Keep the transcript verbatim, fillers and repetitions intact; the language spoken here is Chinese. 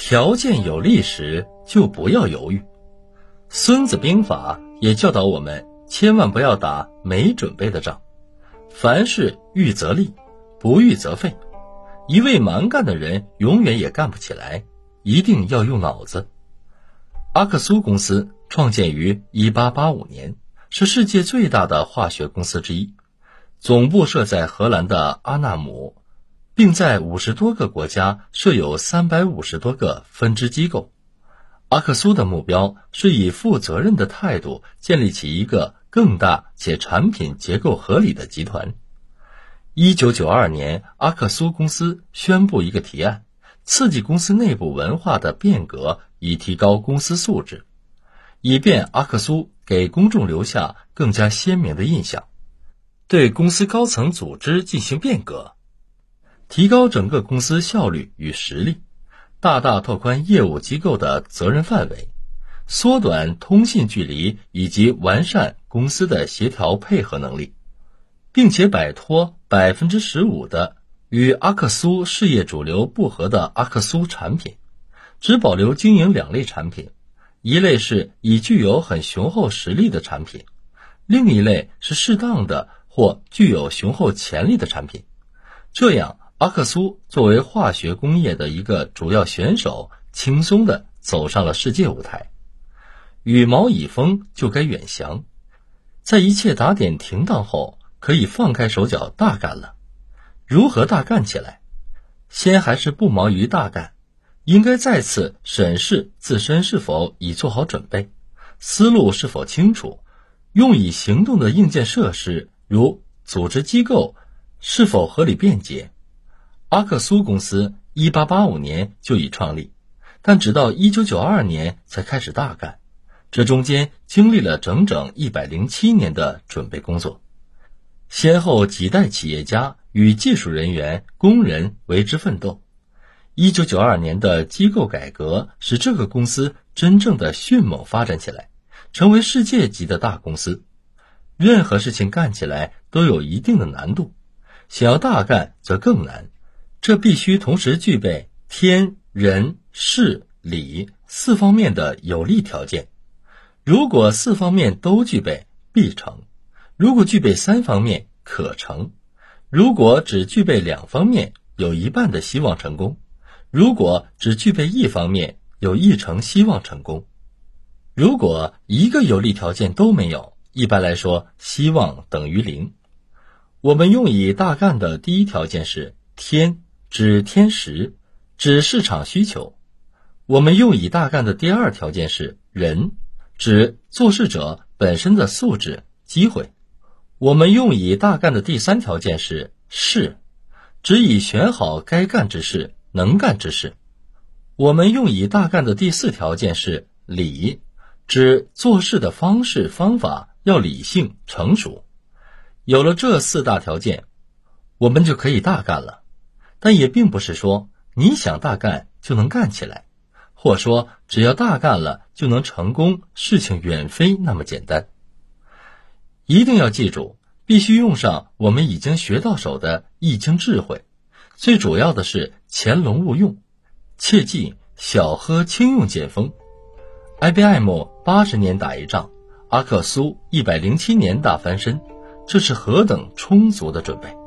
条件有利时就不要犹豫。孙子兵法也教导我们千万不要打没准备的仗，凡事预则立，不预则废。一味蛮干的人永远也干不起来，一定要用脑子。阿克苏公司创建于一八八五年，是世界最大的化学公司之一，总部设在荷兰的阿纳姆，并在五十多个国家设有三百五十多个分支机构。阿克苏的目标是以负责任的态度建立起一个更大且产品结构合理的集团。一九九二年，阿克苏公司宣布一个提案，刺激公司内部文化的变革，以提高公司素质，以便阿克苏给公众留下更加鲜明的印象。对公司高层组织进行变革，提高整个公司效率与实力，大大拓宽业务机构的责任范围，缩短通信距离，以及完善公司的协调配合能力，并且摆脱 百分之十五 的与阿克苏事业主流不合的阿克苏产品，只保留经营两类产品，一类是已具有很雄厚实力的产品，另一类是适当的或具有雄厚潜力的产品。这样，阿克苏作为化学工业的一个主要选手，轻松地走上了世界舞台。羽毛已丰就该远翔，在一切打点停当后，可以放开手脚大干了。如何大干起来？先还是不忙于大干，应该再次审视自身是否已做好准备，思路是否清楚，用以行动的硬件设施如组织机构是否合理便捷。阿克苏公司一八八五年就已创立，但直到一九九二年才开始大干，这中间经历了整整一百零七年的准备工作，先后几代企业家与技术人员、工人为之奋斗。一九九二年的机构改革使这个公司真正的迅猛发展起来，成为世界级的大公司。任何事情干起来都有一定的难度，想要大干则更难，这必须同时具备天、人、事、理四方面的有利条件。如果四方面都具备，必成；如果具备三方面，可成；如果只具备两方面，有一半的希望成功；如果只具备一方面，有一成希望成功。如果一个有利条件都没有，一般来说，希望等于零。我们用以大干的第一条件是天，指天时，指市场需求。我们用以大干的第二条件是人，指做事者本身的素质、机会。我们用以大干的第三条件是事，指已选好该干之事、能干之事。我们用以大干的第四条件是理，指做事的方式、方法要理性、成熟。有了这四大条件，我们就可以大干了。但也并不是说你想大干就能干起来，或说只要大干了就能成功，事情远非那么简单。一定要记住，必须用上我们已经学到手的易经智慧，最主要的是潜龙勿用，切记小喝轻用见风。I B M 八十年打一仗，阿克苏一百零七年大翻身，这是何等充足的准备。